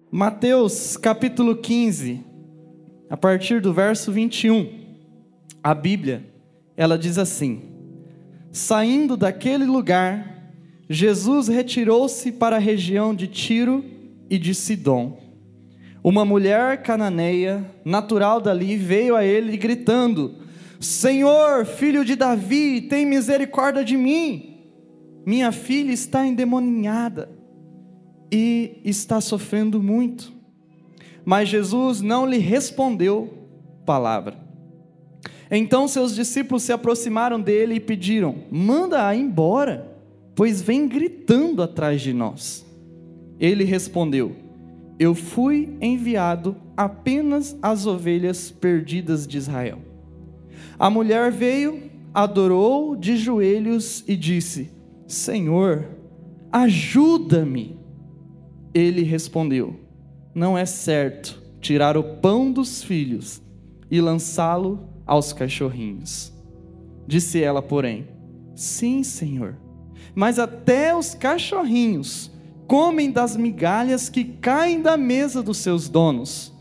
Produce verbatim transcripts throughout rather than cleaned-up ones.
Mateus capítulo quinze, a partir do verso vinte e um, a Bíblia, ela diz assim: saindo daquele lugar, Jesus retirou-se para a região de Tiro e de Sidom. Uma mulher cananeia, natural dali, veio a ele gritando: Senhor, filho de Davi, tem misericórdia de mim. Minha filha está endemoninhada e está sofrendo muito. Mas Jesus não lhe respondeu palavra. Então seus discípulos se aproximaram dele e pediram: manda-a embora, pois vem gritando atrás de nós. Ele respondeu: eu fui enviado apenas às ovelhas perdidas de Israel. A mulher veio, adorou de joelhos e disse: Senhor, ajuda-me. Ele respondeu: não é certo tirar o pão dos filhos e lançá-lo aos cachorrinhos. Disse ela, porém: sim, Senhor, mas até os cachorrinhos comem das migalhas que caem da mesa dos seus donos.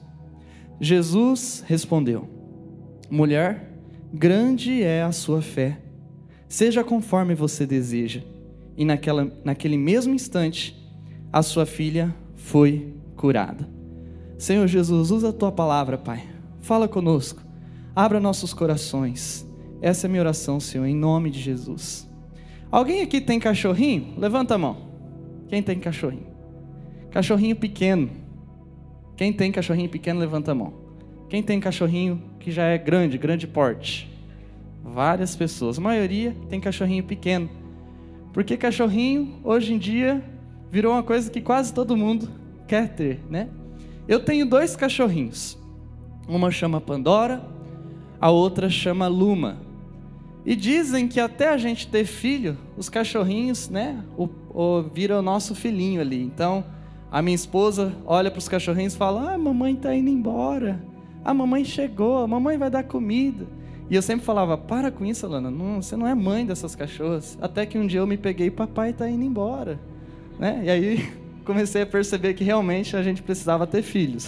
Jesus respondeu: mulher, grande é a sua fé, seja conforme você deseja. E naquela, naquele mesmo instante, a sua filha foi curada. Senhor Jesus, usa a tua palavra, Pai, fala conosco, abra nossos corações. Essa é a minha oração, Senhor, em nome de Jesus. Alguém aqui tem cachorrinho? Levanta a mão. Quem tem cachorrinho? Cachorrinho pequeno. Quem tem cachorrinho pequeno, levanta a mão. Quem tem cachorrinho que já é grande, grande porte? Várias pessoas. A maioria tem cachorrinho pequeno. Porque cachorrinho, hoje em dia, virou uma coisa que quase todo mundo quer ter, né? Eu tenho dois cachorrinhos. Uma chama Pandora, a outra chama Luma. E dizem que até a gente ter filho, os cachorrinhos, né, o, o, viram o nosso filhinho ali. Então, a minha esposa olha para os cachorrinhos e fala: ah, a mamãe está indo embora, a mamãe chegou, a mamãe vai dar comida. E eu sempre falava: para com isso, Alana, não, você não é mãe dessas cachorras. Até que um dia eu me peguei: papai está indo embora, né? E aí comecei a perceber que realmente a gente precisava ter filhos.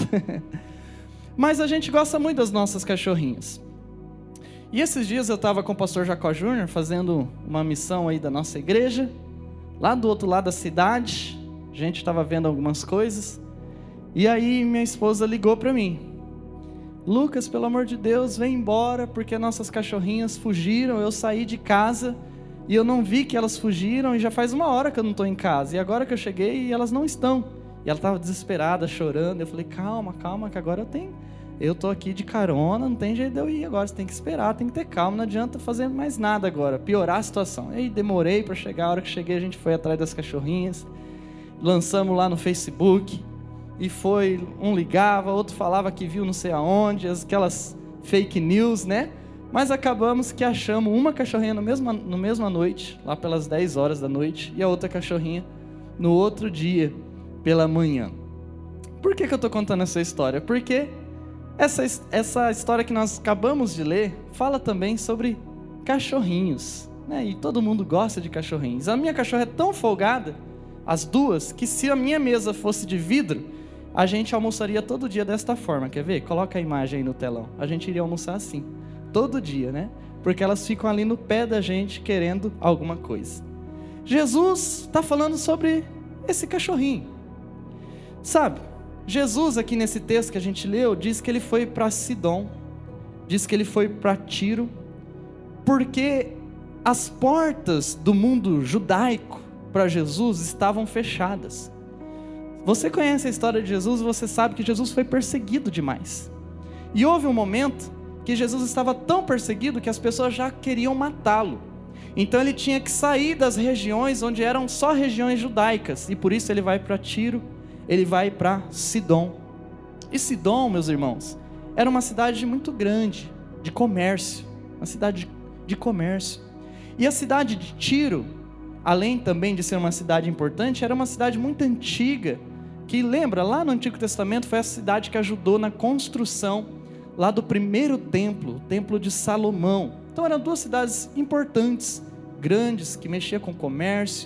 Mas a gente gosta muito das nossas cachorrinhas. E esses dias eu estava com o pastor Jacó Júnior fazendo uma missão aí da nossa igreja, lá do outro lado da cidade. A gente estava vendo algumas coisas. E aí minha esposa ligou para mim: Lucas, pelo amor de Deus, vem embora, porque nossas cachorrinhas fugiram. Eu saí de casa e eu não vi que elas fugiram, e já faz uma hora que eu não estou em casa. E agora que eu cheguei, elas não estão. E ela estava desesperada, chorando. Eu falei: calma, calma, que agora eu tenho... Eu estou aqui de carona, não tem jeito de eu ir agora, você tem que esperar, tem que ter calma, não adianta fazer mais nada agora, piorar a situação. E aí demorei para chegar, a hora que cheguei a gente foi atrás das cachorrinhas, lançamos lá no Facebook, e foi, um ligava, outro falava que viu não sei aonde, aquelas fake news, né? Mas acabamos que achamos uma cachorrinha no mesmo, no mesma noite, lá pelas dez horas da noite, e a outra cachorrinha no outro dia, pela manhã. Por que que eu estou contando essa história? Porque Essa, essa história que nós acabamos de ler fala também sobre cachorrinhos, né? E todo mundo gosta de cachorrinhos. A minha cachorra é tão folgada, as duas, que se a minha mesa fosse de vidro, a gente almoçaria todo dia desta forma. Quer ver? Coloca a imagem aí no telão. A gente iria almoçar assim, todo dia, né? Porque elas ficam ali no pé da gente querendo alguma coisa. Jesus está falando sobre esse cachorrinho. Sabe? Jesus, aqui nesse texto que a gente leu, diz que ele foi para Sidom, diz que ele foi para Tiro, porque as portas do mundo judaico para Jesus estavam fechadas. Você conhece a história de Jesus, você sabe que Jesus foi perseguido demais. E houve um momento que Jesus estava tão perseguido que as pessoas já queriam matá-lo. Então ele tinha que sair das regiões onde eram só regiões judaicas, e por isso ele vai para Tiro, ele vai para Sidom. E Sidom, meus irmãos, era uma cidade muito grande, de comércio, uma cidade de comércio. E a cidade de Tiro, além também de ser uma cidade importante, era uma cidade muito antiga, que lembra, lá no Antigo Testamento, foi a cidade que ajudou na construção lá do primeiro templo, o templo de Salomão. Então eram duas cidades importantes, grandes, que mexiam com comércio,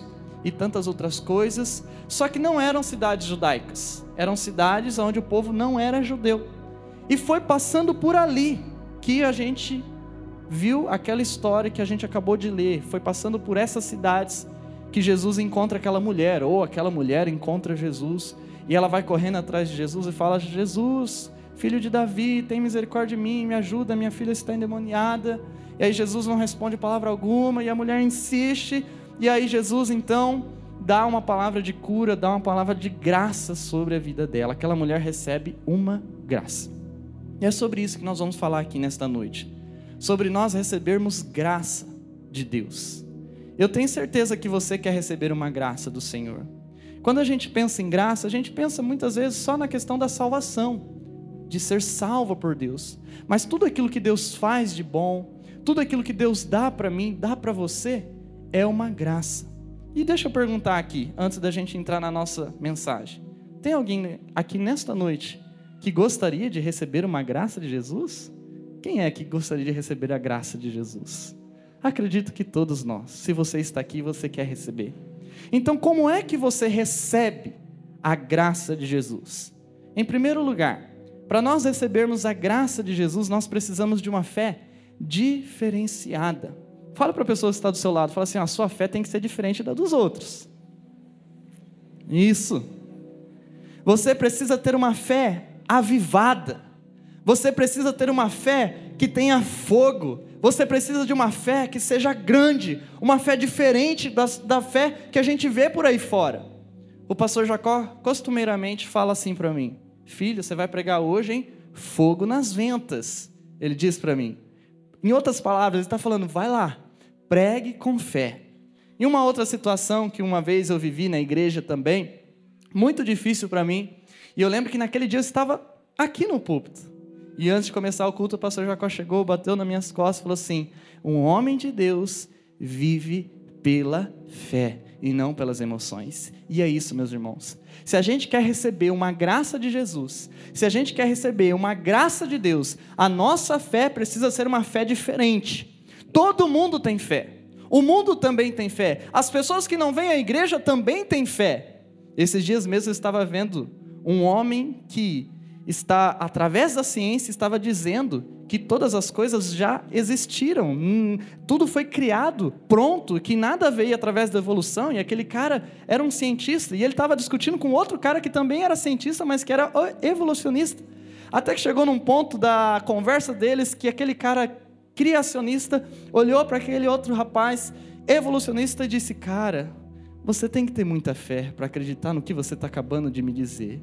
e tantas outras coisas, só que não eram cidades judaicas, eram cidades onde o povo não era judeu. E foi passando por ali que a gente viu aquela história que a gente acabou de ler, foi passando por essas cidades que Jesus encontra aquela mulher, ou aquela mulher encontra Jesus, e ela vai correndo atrás de Jesus e fala: Jesus, filho de Davi, tem misericórdia de mim, me ajuda, minha filha está endemoniada. E aí Jesus não responde palavra alguma, e a mulher insiste, e aí Jesus então dá uma palavra de cura, dá uma palavra de graça sobre a vida dela. Aquela mulher recebe uma graça. E é sobre isso que nós vamos falar aqui nesta noite, sobre nós recebermos graça de Deus. Eu tenho certeza que você quer receber uma graça do Senhor. Quando a gente pensa em graça, a gente pensa muitas vezes só na questão da salvação, de ser salvo por Deus. Mas tudo aquilo que Deus faz de bom, tudo aquilo que Deus dá para mim, dá para você, é uma graça. E deixa eu perguntar aqui, antes da gente entrar na nossa mensagem. Tem alguém aqui nesta noite que gostaria de receber uma graça de Jesus? Quem é que gostaria de receber a graça de Jesus? Acredito que todos nós. Se você está aqui, você quer receber. Então, como é que você recebe a graça de Jesus? Em primeiro lugar, para nós recebermos a graça de Jesus, nós precisamos de uma fé diferenciada. Fala para a pessoa que está do seu lado, fala assim: a sua fé tem que ser diferente da dos outros. Isso. Você precisa ter uma fé avivada. Você precisa ter uma fé que tenha fogo. Você precisa de uma fé que seja grande, uma fé diferente da, da fé que a gente vê por aí fora. O pastor Jacó costumeiramente fala assim para mim: filho, você vai pregar hoje, hein? Fogo nas ventas. Ele diz para mim. Em outras palavras, ele está falando: vai lá, pregue com fé. Em uma outra situação que uma vez eu vivi na igreja também, muito difícil para mim, e eu lembro que naquele dia eu estava aqui no púlpito. E antes de começar o culto, o pastor Jacó chegou, bateu nas minhas costas e falou assim: um homem de Deus vive pela fé e não pelas emoções. E é isso, meus irmãos. Se a gente quer receber uma graça de Jesus, se a gente quer receber uma graça de Deus, a nossa fé precisa ser uma fé diferente. Todo mundo tem fé. O mundo também tem fé. As pessoas que não vêm à igreja também têm fé. Esses dias mesmo eu estava vendo um homem que está, através da ciência, estava dizendo que todas as coisas já existiram, hum, tudo foi criado, pronto, que nada veio através da evolução, e aquele cara era um cientista, e ele estava discutindo com outro cara que também era cientista, mas que era evolucionista, até que chegou num ponto da conversa deles, que aquele cara criacionista olhou para aquele outro rapaz evolucionista e disse: cara, você tem que ter muita fé para acreditar no que você está acabando de me dizer.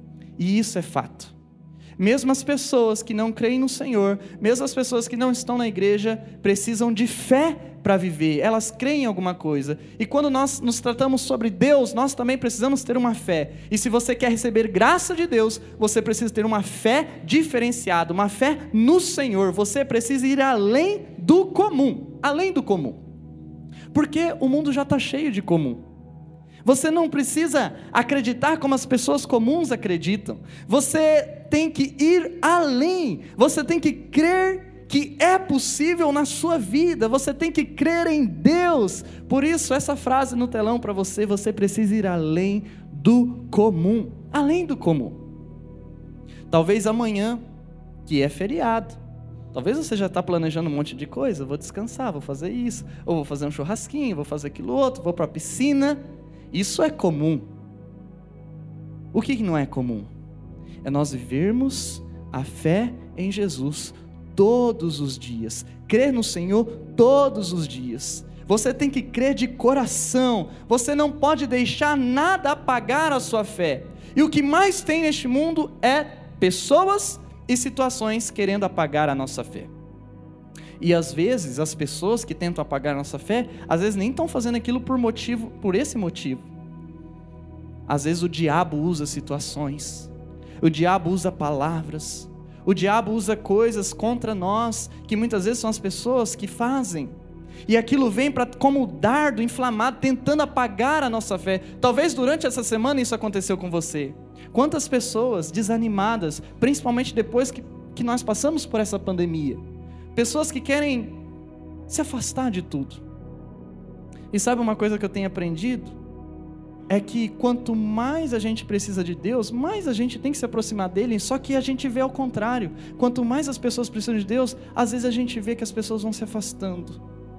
E isso é fato. Mesmo as pessoas que não creem no Senhor, mesmo as pessoas que não estão na igreja, precisam de fé para viver. Elas creem em alguma coisa. E quando nós nos tratamos sobre Deus, nós também precisamos ter uma fé. E se você quer receber graça de Deus, você precisa ter uma fé diferenciada, uma fé no Senhor. Você precisa ir além do comum. Além do comum. Porque o mundo já está cheio de comum. Você não precisa acreditar como as pessoas comuns acreditam. Você tem que ir além. Você tem que crer que é possível na sua vida. Você tem que crer em Deus. Por isso, essa frase no telão para você: você precisa ir além do comum. Além do comum. Talvez amanhã, que é feriado, talvez você já está planejando um monte de coisa. Vou descansar, vou fazer isso, ou vou fazer um churrasquinho, vou fazer aquilo outro, vou para a piscina. Isso é comum. O que não é comum? É nós vivermos a fé em Jesus todos os dias, crer no Senhor todos os dias. Você tem que crer de coração. Você não pode deixar nada apagar a sua fé. E o que mais tem neste mundo é pessoas e situações querendo apagar a nossa fé. E às vezes as pessoas que tentam apagar a nossa fé, às vezes nem estão fazendo aquilo por motivo, por esse motivo. Às vezes o diabo usa situações, o diabo usa palavras, o diabo usa coisas contra nós, que muitas vezes são as pessoas que fazem. E aquilo vem pra, como um dardo inflamado, tentando apagar a nossa fé. Talvez durante essa semana isso aconteceu com você. Quantas pessoas desanimadas, principalmente depois que, que nós passamos por essa pandemia. Pessoas que querem se afastar de tudo. E sabe uma coisa que eu tenho aprendido? é que quanto mais a gente precisa de Deus, mais a gente tem que se aproximar dele, só que a gente vê ao contrário. Quanto mais as pessoas precisam de Deus, às vezes a gente vê que as pessoas vão se afastando,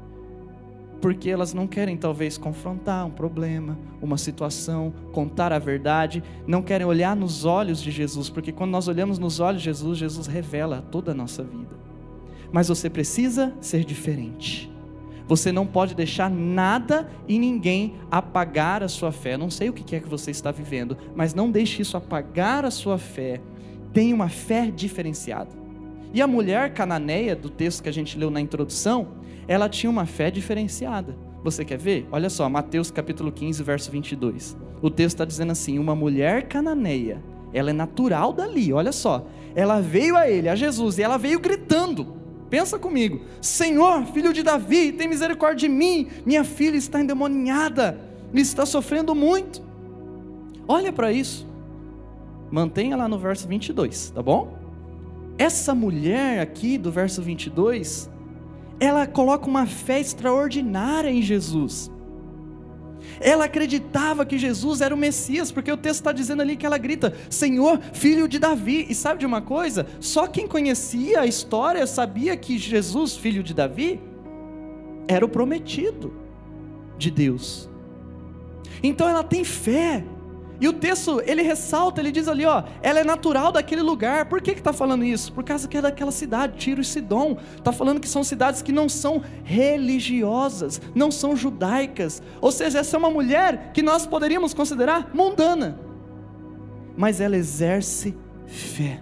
porque elas não querem talvez confrontar um problema, uma situação, contar a verdade, não querem olhar nos olhos de Jesus, porque quando nós olhamos nos olhos de Jesus, Jesus revela toda a nossa vida. Mas você precisa ser diferente. Você não pode deixar nada e ninguém apagar a sua fé. Não sei o que é que você está vivendo, mas não deixe isso apagar a sua fé. Tenha uma fé diferenciada. E a mulher cananeia, do texto que a gente leu na introdução, ela tinha uma fé diferenciada. Você quer ver? Olha só, Mateus capítulo quinze, verso vinte e dois. O texto está dizendo assim: uma mulher cananeia, ela é natural dali, olha só. Ela veio a ele, a Jesus, e ela veio gritando. Pensa comigo: Senhor, filho de Davi, tem misericórdia de mim, minha filha está endemoniada, e está sofrendo muito. Olha para isso, mantenha lá no verso vinte e dois, tá bom? Essa mulher aqui do verso vinte e dois, ela coloca uma fé extraordinária em Jesus. Ela acreditava que Jesus era o Messias, porque o texto está dizendo ali que ela grita: Senhor, filho de Davi. E sabe de uma coisa? Só quem conhecia a história sabia que Jesus, filho de Davi, era o prometido de Deus. Então ela tem fé. E o texto, ele ressalta, ele diz ali, ó, ela é natural daquele lugar. Por que que está falando isso? Por causa que é daquela cidade, Tiro e Sidom. Está falando que são cidades que não são religiosas, não são judaicas. Ou seja, essa é uma mulher que nós poderíamos considerar mundana. Mas ela exerce fé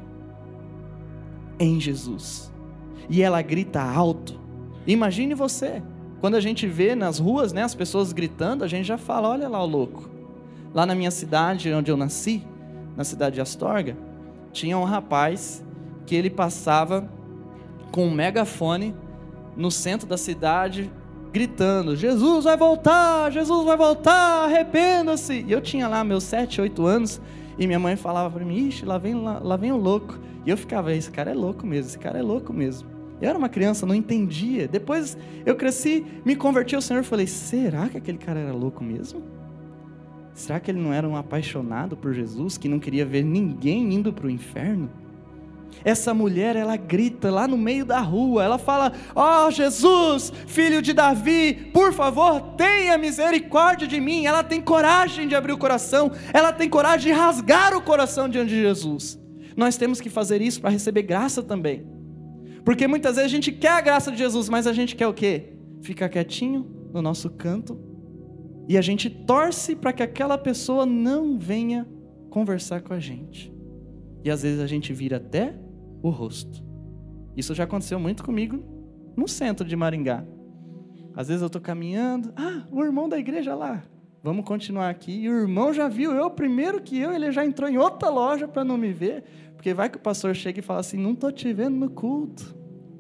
em Jesus. E ela grita alto. Imagine você, quando a gente vê nas ruas, né, as pessoas gritando, a gente já fala: olha lá o louco. Lá na minha cidade, onde eu nasci, na cidade de Astorga, tinha um rapaz que ele passava com um megafone no centro da cidade, gritando: Jesus vai voltar, Jesus vai voltar, arrependa-se. E eu tinha lá meus sete, oito anos, e minha mãe falava para mim: ixi, lá vem, lá, lá vem o louco. E eu ficava: esse cara é louco mesmo, esse cara é louco mesmo. Eu era uma criança, não entendia. Depois eu cresci, me converti ao Senhor e falei: será que aquele cara era louco mesmo? Será que ele não era um apaixonado por Jesus, que não queria ver ninguém indo para o inferno? Essa mulher, ela grita lá no meio da rua, ela fala: ó Jesus, filho de Davi, por favor, tenha misericórdia de mim. Ela tem coragem de abrir o coração, ela tem coragem de rasgar o coração diante de Jesus. Nós temos que fazer isso para receber graça também, porque muitas vezes a gente quer a graça de Jesus, mas a gente quer o quê? Ficar quietinho no nosso canto, e a gente torce para que aquela pessoa não venha conversar com a gente. E às vezes a gente vira até o rosto. Isso já aconteceu muito comigo no centro de Maringá. Às vezes eu estou caminhando: ah, o irmão da igreja lá, vamos continuar aqui. E o irmão já viu eu primeiro que eu, ele já entrou em outra loja para não me ver, porque vai que o pastor chega e fala assim: não estou te vendo no culto.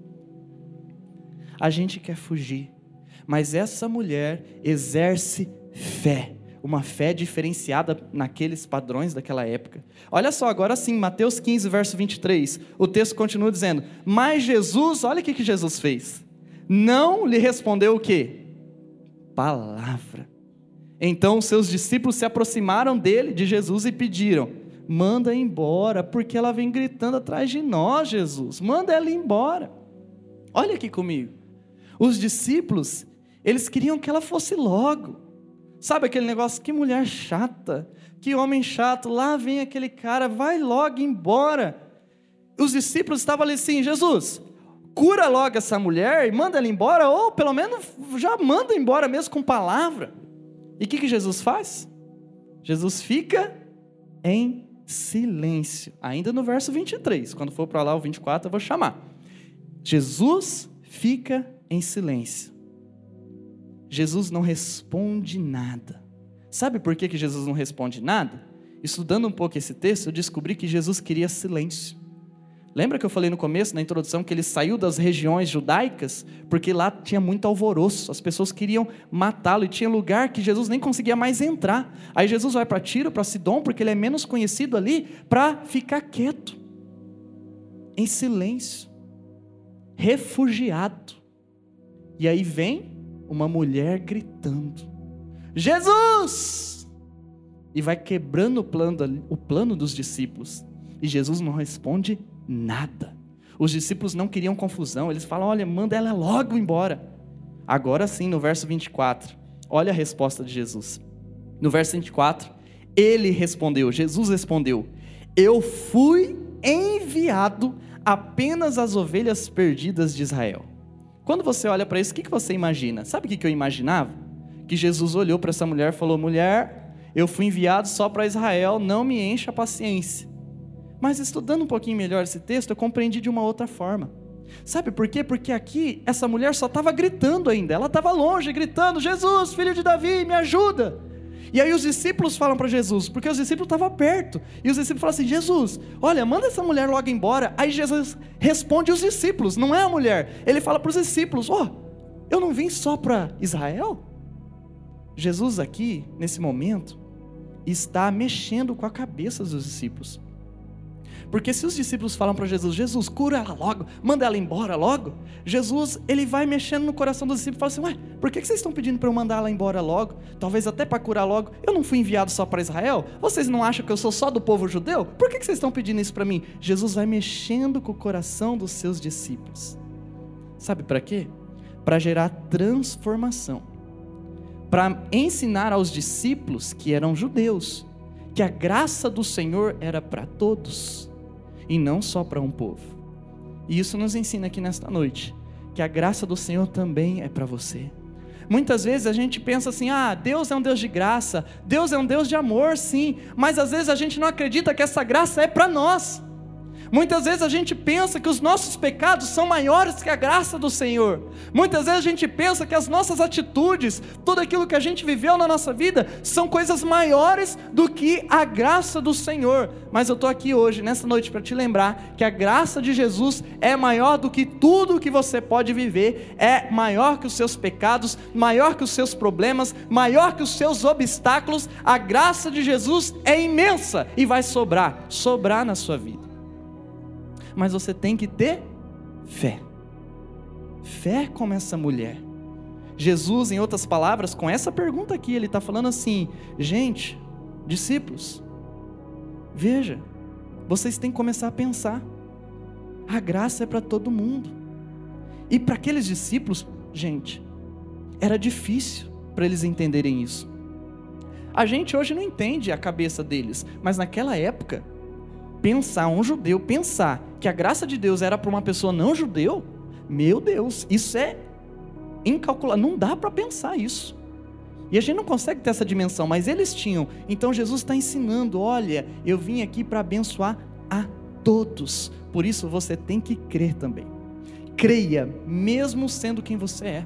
A gente quer fugir. Mas essa mulher exerce fé, uma fé diferenciada naqueles padrões daquela época. Olha só, agora sim, Mateus quinze, verso vinte e três, o texto continua dizendo: mas Jesus, olha o que que Jesus fez, não lhe respondeu o quê? Palavra. Então os seus discípulos se aproximaram dele, de Jesus, e pediram: manda embora, porque ela vem gritando atrás de nós, Jesus, manda ela embora. Olha aqui comigo, os discípulos, eles queriam que ela fosse logo. Sabe aquele negócio: que mulher chata, que homem chato, lá vem aquele cara, vai logo embora. Os discípulos estavam ali assim: Jesus, cura logo essa mulher e manda ela embora, ou pelo menos já manda embora mesmo com palavra. E o que que Jesus faz? Jesus fica em silêncio, ainda no verso vinte e três, quando for para lá o vinte e quatro eu vou chamar. Jesus fica em silêncio. Jesus não responde nada. Sabe por que que Jesus não responde nada? Estudando um pouco esse texto, eu descobri que Jesus queria silêncio. Lembra que eu falei no começo, na introdução, que ele saiu das regiões judaicas, porque lá tinha muito alvoroço, as pessoas queriam matá-lo, e tinha lugar que Jesus nem conseguia mais entrar. Aí Jesus vai para Tiro, para Sidom, porque ele é menos conhecido ali, para ficar quieto, em silêncio, refugiado. E aí vem uma mulher gritando: Jesus, e vai quebrando o plano, o plano dos discípulos. E Jesus não responde nada. Os discípulos não queriam confusão, eles falam, olha, manda ela logo embora. Agora sim, no verso vinte e quatro, olha a resposta de Jesus. No verso vinte e quatro, ele respondeu, Jesus respondeu, eu fui enviado apenas às ovelhas perdidas de Israel. Quando você olha para isso, o que você imagina? Sabe o que eu imaginava? Que Jesus olhou para essa mulher e falou, mulher, eu fui enviado só para Israel, não me encha a paciência. Mas estudando um pouquinho melhor esse texto, eu compreendi de uma outra forma. Sabe por quê? Porque aqui, essa mulher só estava gritando ainda, ela estava longe, gritando, Jesus, filho de Davi, me ajuda. E aí os discípulos falam para Jesus, porque os discípulos estavam perto, e os discípulos falam assim, Jesus, olha, manda essa mulher logo embora. Aí Jesus responde aos discípulos, não é a mulher, ele fala para os discípulos, ó, oh, eu não vim só para Israel? Jesus aqui, nesse momento, está mexendo com a cabeça dos discípulos. Porque se os discípulos falam para Jesus, Jesus, cura ela logo, manda ela embora logo, Jesus, ele vai mexendo no coração dos discípulos e fala assim, ué, por que vocês estão pedindo para eu mandar ela embora logo? Talvez até para curar logo, eu não fui enviado só para Israel? Vocês não acham que eu sou só do povo judeu? Por que vocês estão pedindo isso para mim? Jesus vai mexendo com o coração dos seus discípulos. Sabe para quê? Para gerar transformação. Para ensinar aos discípulos que eram judeus, que a graça do Senhor era para todos, e não só para um povo. E isso nos ensina aqui nesta noite, que a graça do Senhor também é para você. Muitas vezes a gente pensa assim, ah, Deus é um Deus de graça, Deus é um Deus de amor, sim, mas às vezes a gente não acredita que essa graça é para nós. Muitas vezes a gente pensa que os nossos pecados são maiores que a graça do Senhor. Muitas vezes a gente pensa que as nossas atitudes, tudo aquilo que a gente viveu na nossa vida, são coisas maiores do que a graça do Senhor. Mas eu estou aqui hoje, nessa noite, para te lembrar que a graça de Jesus é maior do que tudo que você pode viver, é maior que os seus pecados, maior que os seus problemas, maior que os seus obstáculos. A graça de Jesus é imensa e vai sobrar, sobrar na sua vida. Mas você tem que ter fé. Fé como essa mulher. Jesus, em outras palavras, com essa pergunta aqui, ele está falando assim, gente, discípulos, veja, vocês têm que começar a pensar, a graça é para todo mundo. E para aqueles discípulos, gente, era difícil para eles entenderem isso. A gente hoje não entende a cabeça deles, mas naquela época, pensar, um judeu pensar que a graça de Deus era para uma pessoa não judeu, meu Deus, isso é incalculável, não dá para pensar isso. E a gente não consegue ter essa dimensão, mas eles tinham. Então Jesus está ensinando, olha, eu vim aqui para abençoar a todos, por isso você tem que crer também. Creia, mesmo sendo quem você é,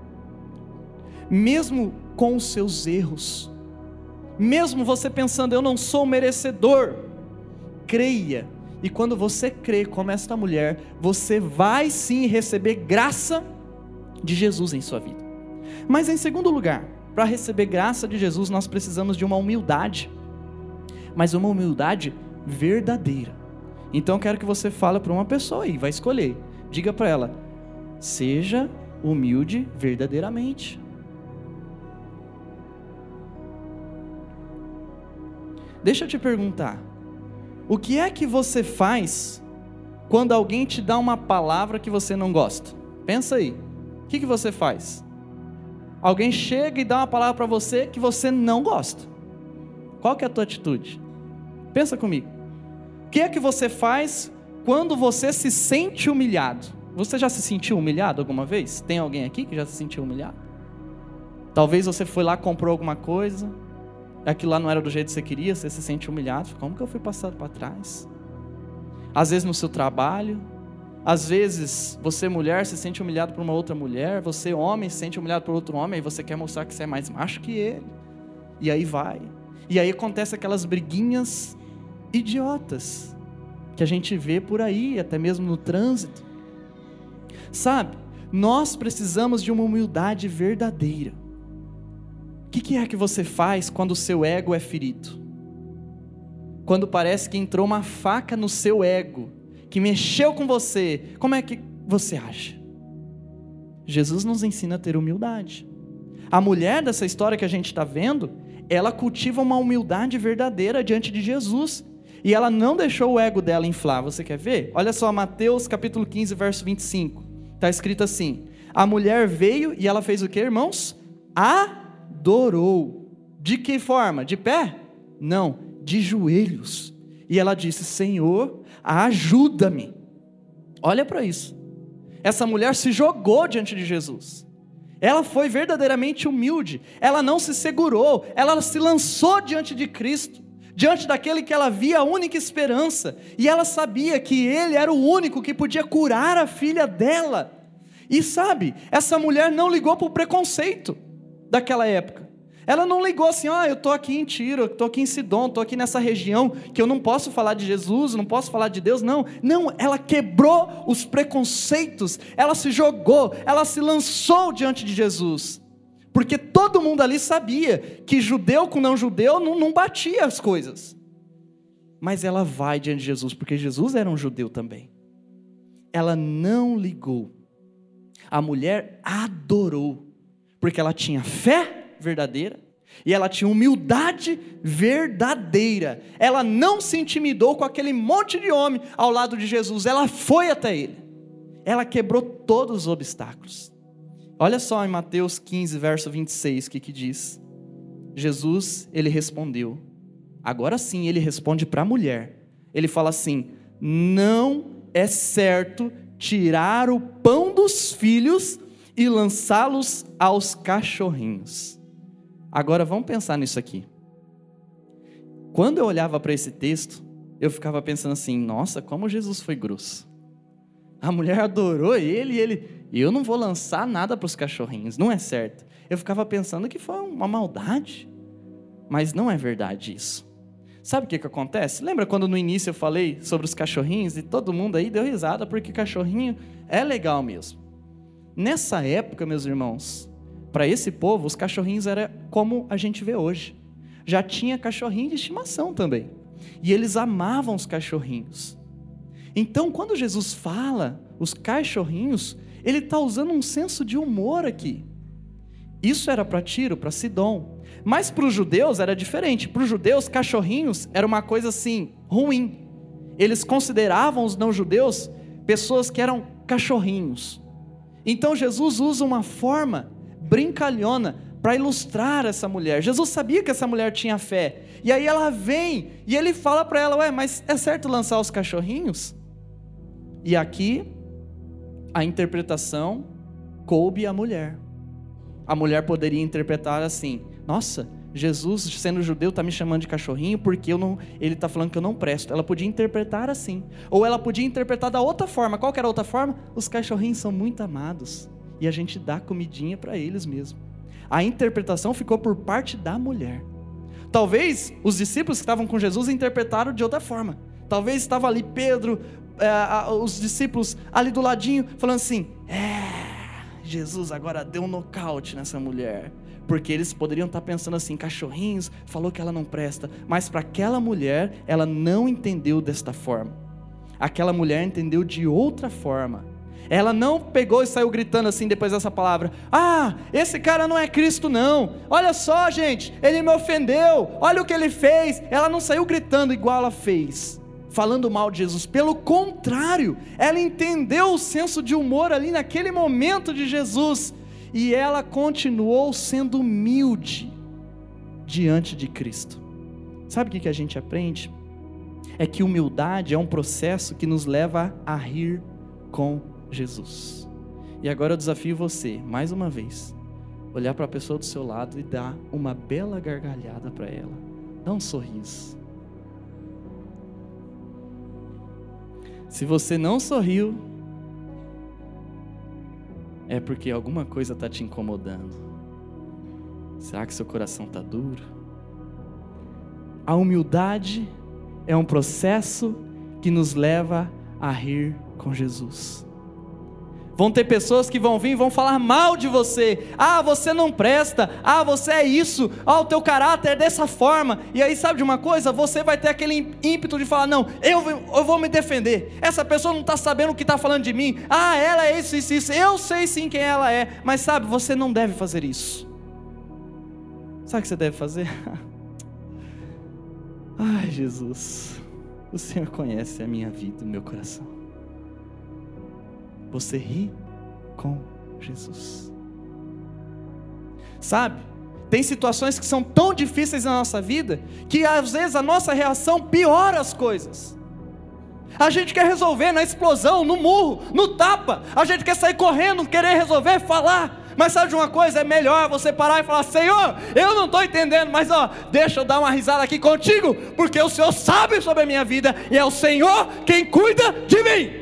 mesmo com os seus erros, mesmo você pensando, eu não sou merecedor, creia, e quando você crê como esta mulher, você vai sim receber graça de Jesus em sua vida. Mas em segundo lugar, para receber graça de Jesus, nós precisamos de uma humildade, mas uma humildade verdadeira. Então eu quero que você fale para uma pessoa aí, vai escolher, diga para ela, seja humilde verdadeiramente. Deixa eu te perguntar, o que é que você faz quando alguém te dá uma palavra que você não gosta? Pensa aí, o que, que você faz? Alguém chega e dá uma palavra para você que você não gosta. Qual que é a tua atitude? Pensa comigo. O que é que você faz quando você se sente humilhado? Você já se sentiu humilhado alguma vez? Tem alguém aqui que já se sentiu humilhado? Talvez você foi lá, comprou alguma coisa, aquilo lá não era do jeito que você queria, você se sente humilhado. Como que eu fui passado para trás? Às vezes no seu trabalho, às vezes você mulher se sente humilhado por uma outra mulher, você homem se sente humilhado por outro homem, e você quer mostrar que você é mais macho que ele, e aí vai, e aí acontece aquelas briguinhas idiotas, que a gente vê por aí, até mesmo no trânsito. Sabe, nós precisamos de uma humildade verdadeira. O que, que é que você faz quando o seu ego é ferido? Quando parece que entrou uma faca no seu ego, que mexeu com você, como é que você acha? Jesus nos ensina a ter humildade. A mulher dessa história que a gente está vendo, ela cultiva uma humildade verdadeira diante de Jesus. E ela não deixou o ego dela inflar. Você quer ver? Olha só, Mateus capítulo quinze, verso vinte e cinco. Está escrito assim: a mulher veio e ela fez o que, irmãos? Adorou. De que forma? De pé? Não, de joelhos. E ela disse: Senhor, ajuda-me. Olha para isso. Essa mulher se jogou diante de Jesus. Ela foi verdadeiramente humilde. Ela não se segurou. Ela se lançou diante de Cristo, diante daquele que ela via a única esperança. E ela sabia que Ele era o único que podia curar a filha dela. E sabe, essa mulher não ligou para o preconceito daquela época. Ela não ligou assim: ah, eu estou aqui em Tiro, eu estou aqui em Sidom, estou aqui nessa região, que eu não posso falar de Jesus, não posso falar de Deus. Não, não, ela quebrou os preconceitos, ela se jogou, ela se lançou diante de Jesus. Porque todo mundo ali sabia que judeu com não judeu não, não batia as coisas. Mas ela vai diante de Jesus, porque Jesus era um judeu também. Ela não ligou. A mulher adorou, porque ela tinha fé verdadeira, e ela tinha humildade verdadeira. Ela não se intimidou com aquele monte de homem ao lado de Jesus. Ela foi até ele. Ela quebrou todos os obstáculos. Olha só em Mateus quinze, verso vinte e seis, o que que diz? Jesus, ele respondeu. Agora sim, ele responde para a mulher. Ele fala assim: não é certo tirar o pão dos filhos e lançá-los aos cachorrinhos. Agora vamos pensar nisso aqui. Quando eu olhava para esse texto, eu ficava pensando assim: nossa, como Jesus foi grosso. A mulher adorou ele e ele, eu não vou lançar nada para os cachorrinhos, não é certo. Eu ficava pensando que foi uma maldade, mas não é verdade isso. Sabe o que que acontece? Lembra quando no início eu falei sobre os cachorrinhos e todo mundo aí deu risada porque cachorrinho é legal mesmo. Nessa época, meus irmãos, para esse povo, os cachorrinhos eram como a gente vê hoje. Já tinha cachorrinho de estimação também. E eles amavam os cachorrinhos. Então, quando Jesus fala os cachorrinhos, ele está usando um senso de humor aqui. Isso era para Tiro, para Sidom. Mas para os judeus era diferente. Para os judeus, cachorrinhos era uma coisa assim, ruim. Eles consideravam os não-judeus pessoas que eram cachorrinhos. Então Jesus usa uma forma brincalhona para ilustrar essa mulher. Jesus sabia que essa mulher tinha fé. E aí ela vem e ele fala para ela: ué, mas é certo lançar os cachorrinhos? E aqui a interpretação coube à mulher. A mulher poderia interpretar assim: nossa, Jesus, sendo judeu, está me chamando de cachorrinho porque eu não, ele está falando que eu não presto. Ela podia interpretar assim. Ou ela podia interpretar da outra forma. Qual que era a outra forma? Os cachorrinhos são muito amados e a gente dá comidinha para eles mesmo. A interpretação ficou por parte da mulher. Talvez os discípulos que estavam com Jesus interpretaram de outra forma. Talvez estava ali Pedro, é, os discípulos ali do ladinho, falando assim: é, Jesus agora deu um nocaute nessa mulher. Porque eles poderiam estar pensando assim: cachorrinhos, falou que ela não presta. Mas para aquela mulher, ela não entendeu desta forma. Aquela mulher entendeu de outra forma. Ela não pegou e saiu gritando assim depois dessa palavra: ah, esse cara não é Cristo não. Olha só, gente, ele me ofendeu. Olha o que ele fez. Ela não saiu gritando igual ela fez, falando mal de Jesus. Pelo contrário, ela entendeu o senso de humor ali naquele momento de Jesus. E ela continuou sendo humilde diante de Cristo. Sabe o que a gente aprende? É que humildade é um processo que nos leva a rir com Jesus. E agora eu desafio você, mais uma vez, olhar para a pessoa do seu lado e dar uma bela gargalhada para ela. Dá um sorriso. Se você não sorriu, é porque alguma coisa está te incomodando. Será que seu coração está duro? A humildade é um processo que nos leva a rir com Jesus. Vão ter pessoas que vão vir e vão falar mal de você. Ah, você não presta. Ah, você é isso. Ah, o teu caráter é dessa forma. E aí, sabe de uma coisa? Você vai ter aquele ímpeto de falar: não, eu, eu vou me defender. Essa pessoa não está sabendo o que está falando de mim. Ah, ela é isso, isso, isso. Eu sei sim quem ela é. Mas sabe, você não deve fazer isso. Sabe o que você deve fazer? Ai, Jesus, o Senhor conhece a minha vida, o meu coração. Você ri com Jesus. Sabe? Tem situações que são tão difíceis na nossa vida, que às vezes a nossa reação piora as coisas. A gente quer resolver na explosão, no murro, no tapa. A gente quer sair correndo, querer resolver, falar. Mas sabe de uma coisa? É melhor você parar e falar: Senhor, eu não estou entendendo, mas ó, deixa eu dar uma risada aqui contigo, porque o Senhor sabe sobre a minha vida, e é o Senhor quem cuida de mim.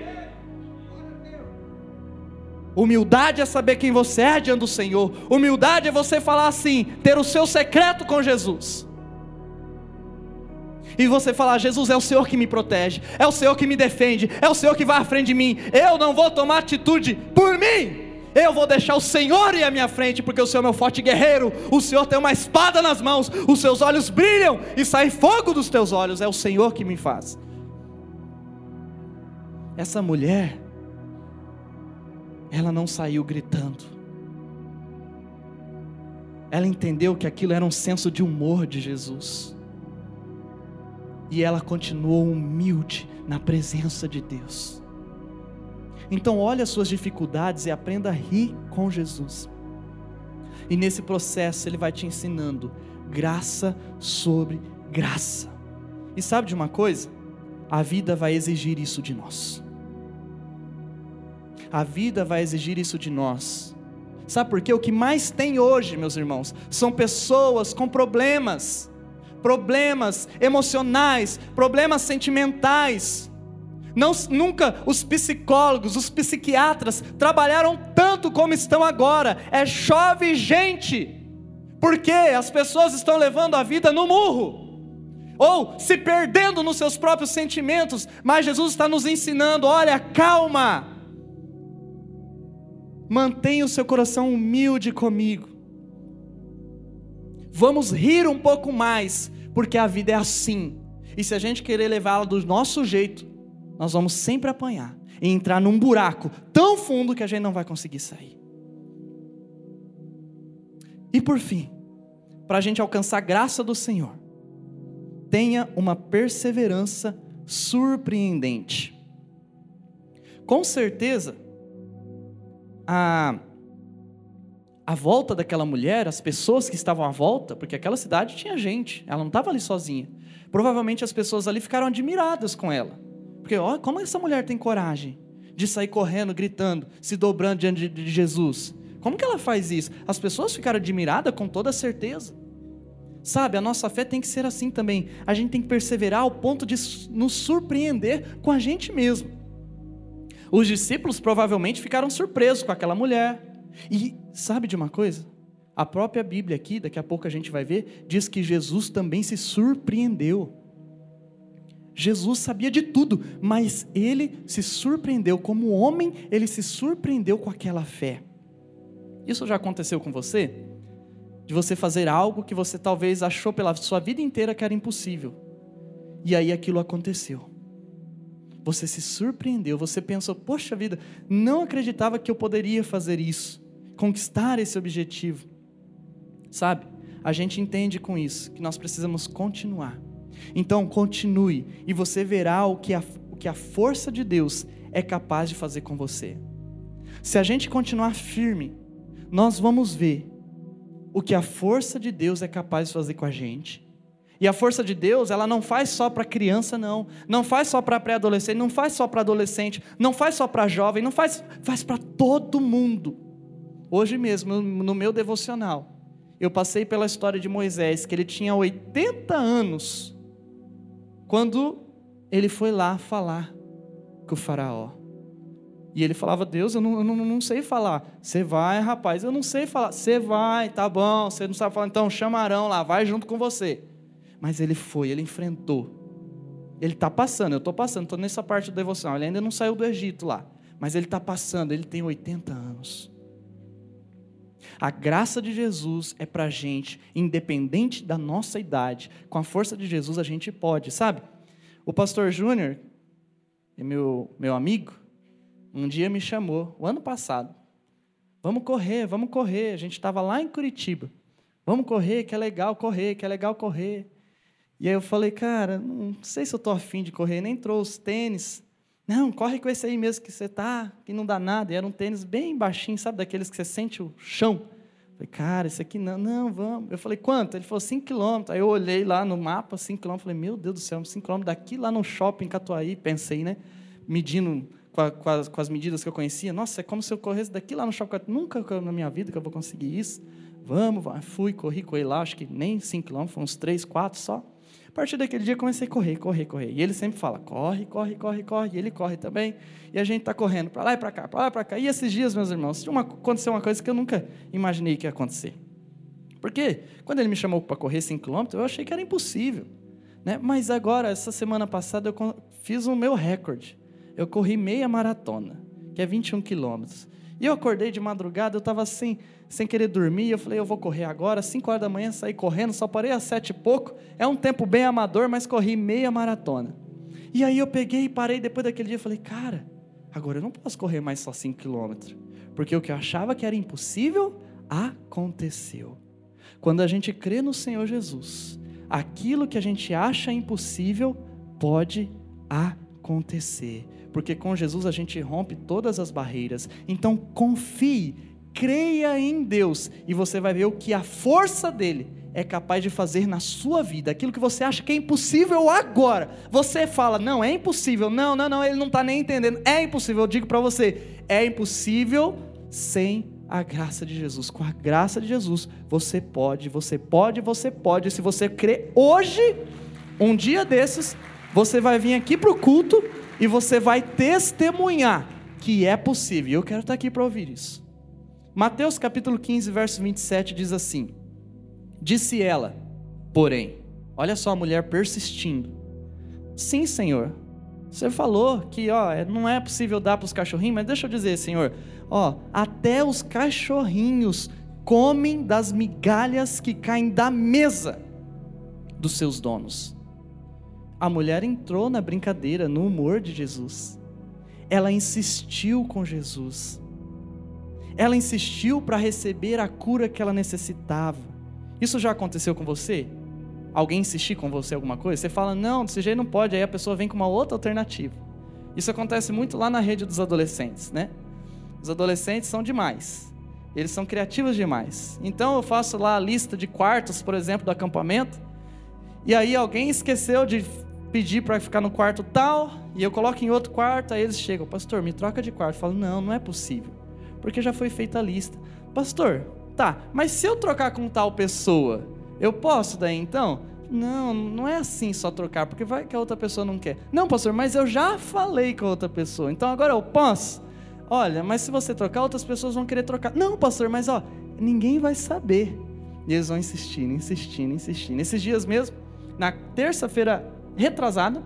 Humildade é saber quem você é diante do Senhor. Humildade é você falar assim, ter o seu secreto com Jesus. E você falar: Jesus, é o Senhor que me protege, é o Senhor que me defende, é o Senhor que vai à frente de mim. Eu não vou tomar atitude por mim, eu vou deixar o Senhor ir à minha frente, porque o Senhor é meu forte guerreiro. O Senhor tem uma espada nas mãos, os seus olhos brilham e sai fogo dos teus olhos. É o Senhor que me faz. Essa mulher, ela não saiu gritando. Ela entendeu que aquilo era um senso de humor de Jesus. E ela continuou humilde na presença de Deus. Então olhe as suas dificuldades e aprenda a rir com Jesus. E nesse processo Ele vai te ensinando graça sobre graça. E sabe de uma coisa? A vida vai exigir isso de nós. A vida vai exigir isso de nós. Sabe por quê? O que mais tem hoje, meus irmãos, são pessoas com problemas. Problemas emocionais, problemas sentimentais. Não, nunca os psicólogos, os psiquiatras trabalharam tanto como estão agora. É chove gente, porque as pessoas estão levando a vida no murro, ou se perdendo nos seus próprios sentimentos. Mas Jesus está nos ensinando: olha, calma, mantenha o seu coração humilde comigo, vamos rir um pouco mais, porque a vida é assim, e se a gente querer levá-la do nosso jeito, nós vamos sempre apanhar e entrar num buraco tão fundo que a gente não vai conseguir sair. E por fim, para a gente alcançar a graça do Senhor, tenha uma perseverança surpreendente. Com certeza, a, a volta daquela mulher, as pessoas que estavam à volta, porque aquela cidade tinha gente, ela não estava ali sozinha. Provavelmente as pessoas ali ficaram admiradas com ela. Porque olha como essa mulher tem coragem de sair correndo, gritando, se dobrando diante de Jesus. Como que ela faz isso? As pessoas ficaram admiradas com toda certeza. Sabe, a nossa fé tem que ser assim também. A gente tem que perseverar ao ponto de nos surpreender com a gente mesmo. Os discípulos provavelmente ficaram surpresos com aquela mulher. E sabe de uma coisa? A própria Bíblia aqui, daqui a pouco a gente vai ver, diz que Jesus também se surpreendeu. Jesus sabia de tudo, mas Ele se surpreendeu, como homem, Ele se surpreendeu com aquela fé. Isso já aconteceu com você? De você fazer algo que você talvez achou pela sua vida inteira que era impossível, e aí aquilo aconteceu. Você se surpreendeu, você pensou: poxa vida, não acreditava que eu poderia fazer isso, conquistar esse objetivo. Sabe, a gente entende com isso, que nós precisamos continuar. Então continue, e você verá o que, a, o que a força de Deus é capaz de fazer com você. Se a gente continuar firme, nós vamos ver o que a força de Deus é capaz de fazer com a gente. E a força de Deus, ela não faz só para criança não, não faz só para pré-adolescente, não faz só para adolescente, não faz só para jovem, não faz, faz para todo mundo. Hoje mesmo, no meu devocional, eu passei pela história de Moisés, que ele tinha oitenta anos, quando ele foi lá falar com o faraó. E ele falava: Deus, eu não, eu não, não sei falar. Você vai, rapaz, eu não sei falar. Você vai, tá bom, você não sabe falar, então chama Arão lá, vai junto com você. Mas ele foi, ele enfrentou. Ele está passando, eu estou passando, estou nessa parte do devocional, ele ainda não saiu do Egito lá. Mas ele está passando, ele tem oitenta anos. A graça de Jesus é para a gente, independente da nossa idade. Com a força de Jesus a gente pode, sabe? O pastor Júnior, meu, meu amigo, um dia me chamou, o ano passado. Vamos correr, vamos correr. A gente estava lá em Curitiba, Vamos correr, que é legal correr, que é legal correr. E aí eu falei, cara, não sei se eu estou afim de correr, nem trouxe tênis. Não, corre com esse aí mesmo que você tá, que não dá nada. E era um tênis bem baixinho, sabe, daqueles que você sente o chão. Eu falei, cara, esse aqui não, não, vamos. Eu falei, quanto? Ele falou, cinco quilômetros. Aí eu olhei lá no mapa, cinco quilômetros, falei, meu Deus do céu, cinco quilômetros daqui lá no shopping Catuaí, pensei, né, medindo com, a, com, as, com as medidas que eu conhecia. Nossa, é como se eu corresse daqui lá no shopping Catuaí. Nunca na minha vida que eu vou conseguir isso. Vamos, fui, corri, corri lá, acho que nem cinco quilômetros, foram uns três, quatro só. A partir daquele dia, comecei a correr, correr, correr. E ele sempre fala, corre, corre, corre, corre. E ele corre também. E a gente está correndo para lá e para cá, para lá e para cá. E esses dias, meus irmãos, uma, aconteceu uma coisa que eu nunca imaginei que ia acontecer. Porque quando ele me chamou para correr cinco quilômetros, eu achei que era impossível. Né? Mas agora, essa semana passada, eu fiz o meu recorde. Eu corri meia maratona, que é vinte e um quilômetros. E eu acordei de madrugada, eu estava sem, sem querer dormir, eu falei, eu vou correr agora, cinco horas da manhã, saí correndo, só parei às sete e pouco, é um tempo bem amador, mas corri meia maratona. E aí eu peguei e parei, depois daquele dia, eu falei, cara, agora eu não posso correr mais só cinco quilômetros, porque o que eu achava que era impossível, aconteceu. Quando a gente crê no Senhor Jesus, aquilo que a gente acha impossível, pode acontecer. Porque com Jesus a gente rompe todas as barreiras. Então confie, creia em Deus, e você vai ver o que a força dele é capaz de fazer na sua vida. Aquilo que você acha que é impossível agora, você fala, não, é impossível, não, não, não, ele não está nem entendendo, é impossível. Eu digo para você, é impossível sem a graça de Jesus. Com a graça de Jesus, você pode, você pode, você pode. Se você crê hoje, um dia desses, você vai vir aqui para o culto, e você vai testemunhar que é possível. E eu quero estar aqui para ouvir isso. Mateus capítulo quinze, verso vinte e sete diz assim, disse ela, porém, olha só a mulher persistindo, sim, Senhor, você falou que ó, não é possível dar para os cachorrinhos, mas deixa eu dizer, Senhor, ó, até os cachorrinhos comem das migalhas que caem da mesa dos seus donos. A mulher entrou na brincadeira, no humor de Jesus. Ela insistiu com Jesus. Ela insistiu para receber a cura que ela necessitava. Isso já aconteceu com você? Alguém insistir com você em alguma coisa? Você fala, não, desse jeito não pode. Aí a pessoa vem com uma outra alternativa. Isso acontece muito lá na rede dos adolescentes, né? Os adolescentes são demais. Eles são criativos demais. Então eu faço lá a lista de quartos, por exemplo, do acampamento. E aí alguém esqueceu de pedir para ficar no quarto tal, e eu coloco em outro quarto, aí eles chegam, pastor, me troca de quarto. Eu falo, não, não é possível, porque já foi feita a lista. Pastor, tá, mas se eu trocar com tal pessoa, eu posso daí então? Não, não é assim só trocar, porque vai que a outra pessoa não quer. Não, pastor, mas eu já falei com a outra pessoa, então agora eu posso? Olha, mas se você trocar, outras pessoas vão querer trocar. Não, pastor, mas ó, ninguém vai saber. E eles vão insistindo, insistindo, insistindo. Esses dias mesmo, na terça-feira retrasada,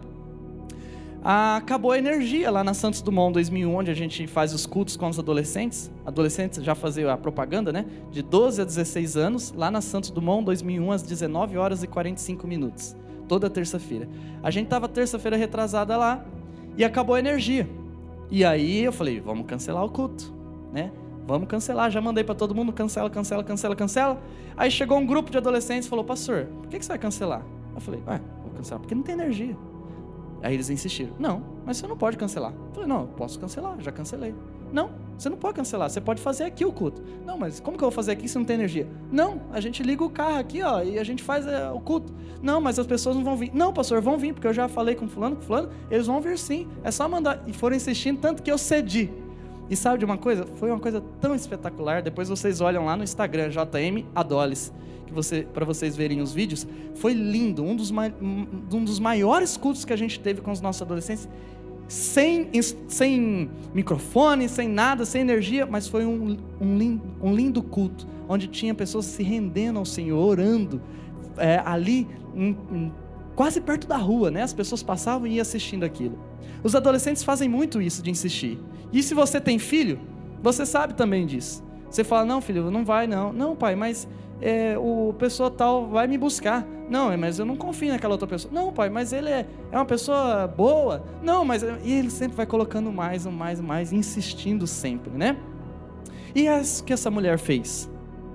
acabou a energia lá na Santos Dumont dois mil e um, onde a gente faz os cultos com os adolescentes. Adolescentes já faziam a propaganda, né? De doze a dezesseis anos, lá na Santos Dumont dois mil e um, às dezenove horas e quarenta e cinco minutos. Toda terça-feira. A gente estava terça-feira retrasada lá e acabou a energia. E aí eu falei, vamos cancelar o culto, né? Vamos cancelar. Já mandei para todo mundo, cancela, cancela, cancela, cancela. Aí chegou um grupo de adolescentes e falou, pastor, por que, que você vai cancelar? Eu falei, ué, vou cancelar porque não tem energia. Aí eles insistiram, não, mas você não pode cancelar. Eu falei, não, eu posso cancelar, já cancelei. Não, você não pode cancelar, você pode fazer aqui o culto. Não, mas como que eu vou fazer aqui se não tem energia? Não, a gente liga o carro aqui, ó, e a gente faz é, o culto. Não, mas as pessoas não vão vir. Não, pastor, vão vir, porque eu já falei com fulano, com fulano, eles vão vir sim, é só mandar. E foram insistindo, tanto que eu cedi. E sabe de uma coisa? Foi uma coisa tão espetacular, depois vocês olham lá no Instagram, J M Adolis, que você, para vocês verem os vídeos. Foi lindo, um dos, um dos maiores cultos que a gente teve com os nossos adolescentes, sem, sem microfone, sem nada, sem energia, mas foi um, um, lindo, um lindo culto, onde tinha pessoas se rendendo ao Senhor, orando, é, ali, em, em, quase perto da rua, né? As pessoas passavam e iam assistindo aquilo. Os adolescentes fazem muito isso, de insistir. E se você tem filho, você sabe também disso. Você fala, não filho, não vai não. Não pai, mas é, o pessoa tal vai me buscar. Não, mas eu não confio naquela outra pessoa. Não pai, mas ele é, é uma pessoa boa. Não, mas... E ele sempre vai colocando mais, mais, mais, insistindo sempre, né? E o que essa mulher fez?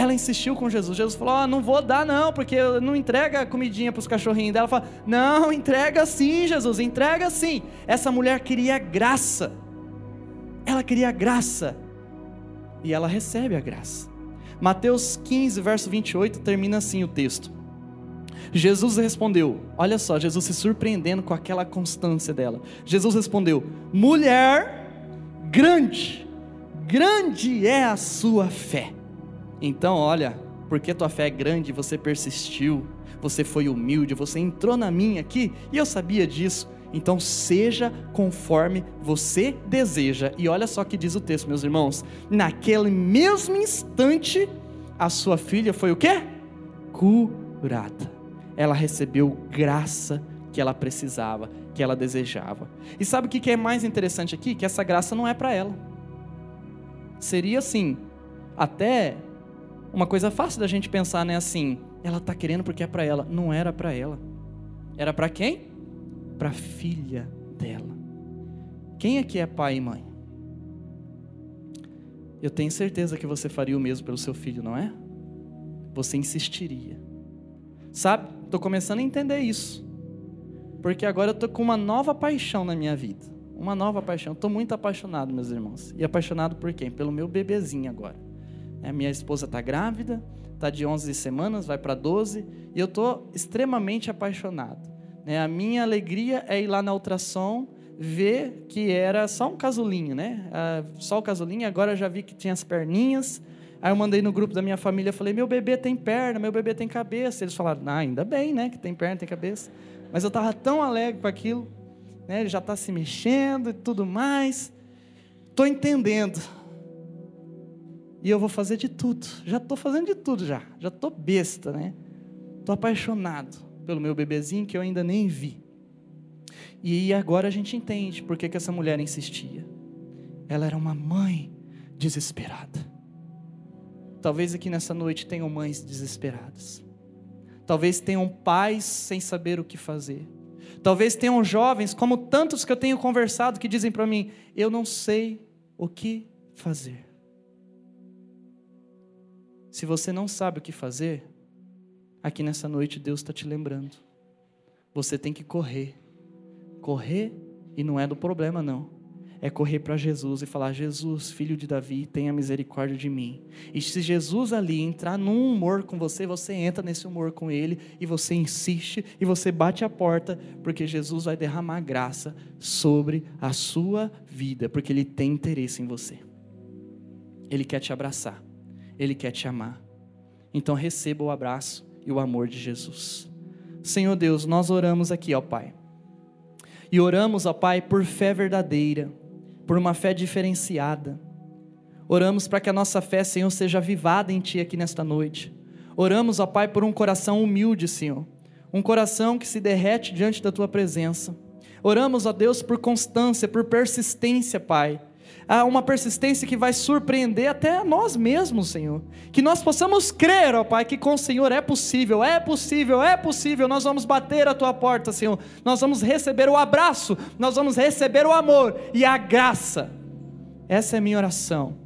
ela insistiu com Jesus. Jesus falou: oh, não vou dar não, porque não entrega comidinha para os cachorrinhos dela. Ela falou: não, entrega sim, Jesus, entrega sim. Essa mulher queria graça, ela queria graça, e ela recebe a graça. Mateus quinze, verso vinte e oito, termina assim o texto. Jesus respondeu, olha só, Jesus se surpreendendo com aquela constância dela. Jesus respondeu: mulher, grande, grande é a sua fé. Então olha, porque tua fé é grande, você persistiu, você foi humilde, você entrou na minha aqui, e eu sabia disso, então seja conforme você deseja. E olha só o que diz o texto, meus irmãos: naquele mesmo instante, a sua filha foi o quê? Curada. Ela recebeu graça que ela precisava, que ela desejava. E sabe o que é mais interessante aqui? Que essa graça não é para ela. Seria assim, até uma coisa fácil da gente pensar, né? Assim, ela está querendo porque é para ela. Não era para ela. Era para quem? Para a filha dela. Quem aqui é pai e mãe? Eu tenho certeza que você faria o mesmo pelo seu filho, não é? Você insistiria. Sabe? Estou começando a entender isso. Porque agora eu estou com uma nova paixão na minha vida. Uma nova paixão. Estou muito apaixonado, meus irmãos. E apaixonado por quem? Pelo meu bebezinho agora. A minha esposa está grávida, está de onze semanas, vai para doze. E eu estou extremamente apaixonado. A minha alegria é ir lá na ultrassom, ver que era só um casulinho, né? Só o casulinho, agora eu já vi que tinha as perninhas. Aí eu mandei no grupo da minha família, falei: meu bebê tem perna, meu bebê tem cabeça. Eles falaram: ah, ainda bem, né, que tem perna, tem cabeça. Mas eu estava tão alegre com aquilo, né? Ele já está se mexendo e tudo mais. Estou entendendo. E eu vou fazer de tudo. Já estou fazendo de tudo já. Já estou besta, né? Estou apaixonado pelo meu bebezinho que eu ainda nem vi. E agora a gente entende por que que essa mulher insistia. Ela era uma mãe desesperada. Talvez aqui nessa noite tenham mães desesperadas. Talvez tenham pais sem saber o que fazer. Talvez tenham jovens, como tantos que eu tenho conversado, que dizem para mim: eu não sei o que fazer. Se você não sabe o que fazer, aqui nessa noite Deus está te lembrando. Você tem que correr. Correr, e não é do problema não. É correr para Jesus e falar: Jesus, filho de Davi, tenha misericórdia de mim. E se Jesus ali entrar num humor com você, você entra nesse humor com ele, e você insiste, e você bate a porta, porque Jesus vai derramar graça sobre a sua vida, porque ele tem interesse em você. Ele quer te abraçar, ele quer te amar. Então receba o abraço e o amor de Jesus. Senhor Deus, nós oramos aqui, ó Pai, e oramos, ó Pai, por fé verdadeira, por uma fé diferenciada. Oramos para que a nossa fé, Senhor, seja avivada em Ti aqui nesta noite. Oramos, ó Pai, por um coração humilde, Senhor, um coração que se derrete diante da Tua presença. Oramos, ó Deus, por constância, por persistência, Pai. Há uma persistência que vai surpreender até nós mesmos, Senhor. Que nós possamos crer, ó Pai, que com o Senhor é possível, é possível, é possível. Nós vamos bater a Tua porta, Senhor. Nós vamos receber o abraço, nós vamos receber o amor e a graça. Essa é a minha oração.